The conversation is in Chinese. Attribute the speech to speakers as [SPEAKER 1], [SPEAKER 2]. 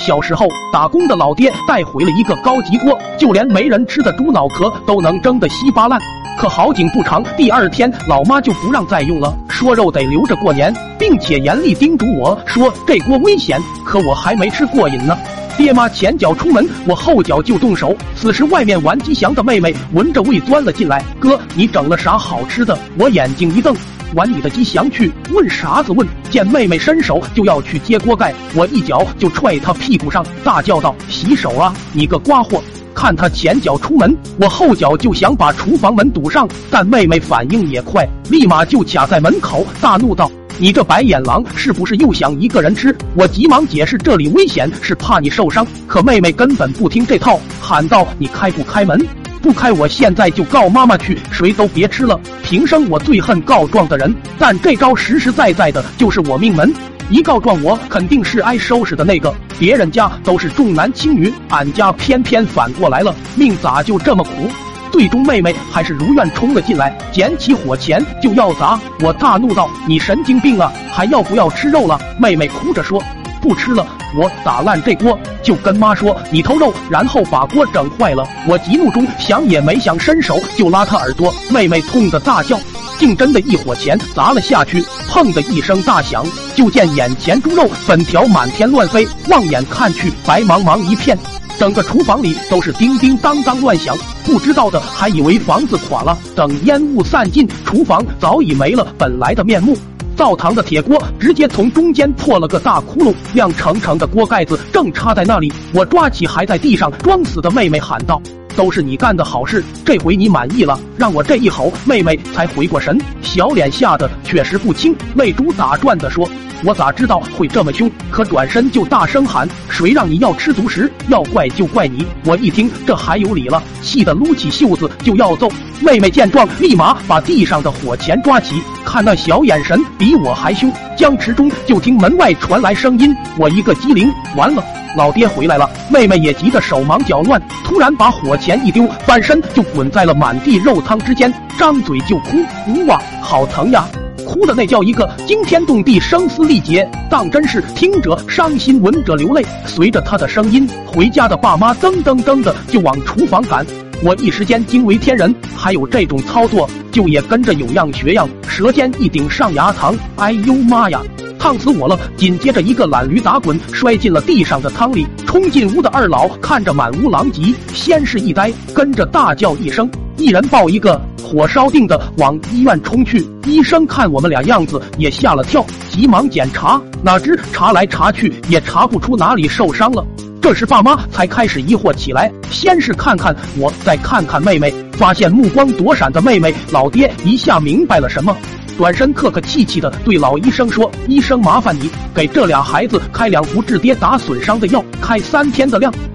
[SPEAKER 1] 小时候打工的老爹带回了一个高级锅，就连没人吃的猪脑壳都能蒸得稀巴烂。可好景不长，第二天老妈就不让再用了，说肉得留着过年，并且严厉叮嘱我说这锅危险。可我还没吃过瘾呢，爹妈前脚出门，我后脚就动手。此时外面玩吉祥的妹妹闻着味钻了进来，哥，你整了啥好吃的？我眼睛一瞪，玩你的吉祥去，问啥子问？见妹妹伸手就要去接锅盖，我一脚就踹她屁股上，大叫道：洗手啊，你个瓜货！看他前脚出门，我后脚就想把厨房门堵上，但妹妹反应也快，立马就卡在门口，大怒道：你这白眼狼是不是又想一个人吃？我急忙解释这里危险，是怕你受伤。可妹妹根本不听这套，喊道：你开不开门？不开我现在就告妈妈去，谁都别吃了。平生我最恨告状的人，但这招实实在在的就是我命门。一告状我肯定是挨收拾的那个，别人家都是重男轻女，俺家偏偏反过来了，命咋就这么苦？最终妹妹还是如愿冲了进来，捡起火钳就要砸。我大怒道：你神经病啊，还要不要吃肉了？妹妹哭着说：不吃了。我打烂这锅，就跟妈说你偷肉，然后把锅整坏了。我急怒中想也没想，伸手就拉她耳朵，妹妹痛得大叫，竟真的一火钳砸了下去，砰的一声大响，就见眼前猪肉粉条满天乱飞，望眼看去白茫茫一片，整个厨房里都是叮叮当当乱响，不知道的还以为房子垮了。等烟雾散尽，厨房早已没了本来的面目，灶堂的铁锅直接从中间破了个大窟窿，亮澄澄的锅盖子正插在那里。我抓起还在地上装死的妹妹喊道：都是你干的好事，这回你满意了？让我这一吼，妹妹才回过神，小脸吓得确实不轻，泪珠打转的说：我咋知道会这么凶？可转身就大声喊：谁让你要吃独食？要怪就怪你！我一听这还有理了，气得撸起袖子就要揍。妹妹见状立马把地上的火钳抓起，看那小眼神比我还凶。僵持中就听门外传来声音，我一个机灵，完了，老爹回来了。妹妹也急得手忙脚乱，突然把火钳一丢，翻身就滚在了满地肉汤之间，张嘴就哭：呜哇，好疼呀！哭的那叫一个惊天动地，声嘶力竭，当真是听者伤心，闻者流泪。随着他的声音，回家的爸妈噔噔噔的就往厨房赶。我一时间惊为天人，还有这种操作，就也跟着有样学样，舌尖一顶上牙膛，哎呦妈呀，烫死我了！紧接着一个懒驴打滚，摔进了地上的汤里。冲进屋的二老看着满屋狼藉，先是一呆，跟着大叫一声，一人抱一个，火烧定的往医院冲去。医生看我们俩样子也吓了跳，急忙检查，哪知查来查去也查不出哪里受伤了。这时爸妈才开始疑惑起来，先是看看我，再看看妹妹，发现目光躲闪的妹妹，老爹一下明白了什么，转身客客气气的对老医生说：医生麻烦你给这俩孩子开2服治跌打损伤的药，开3天的量。